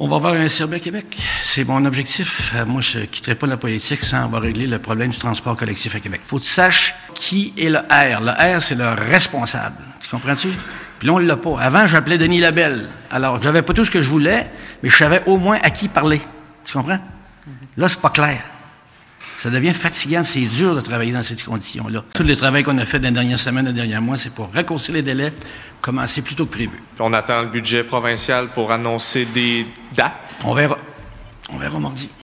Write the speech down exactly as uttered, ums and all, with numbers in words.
On va avoir un C R B à Québec. C'est mon objectif. Moi, je ne quitterai pas la politique sans avoir réglé le problème du transport collectif à Québec. Il faut que tu saches qui est le R. Le R, c'est le responsable. Tu comprends-tu? Puis là, on ne l'a pas. Avant, j'appelais Denis Labelle. Alors, je n'avais pas tout ce que je voulais, mais je savais au moins à qui parler. Tu comprends? Là, c'est pas clair. Ça devient fatigant, c'est dur de travailler dans ces conditions-là. Tout le travail qu'on a fait dans les dernières semaines, les derniers mois, c'est pour raccourcir les délais, commencer plus tôt que prévu. On attend le budget provincial pour annoncer des dates. On verra. On verra mardi.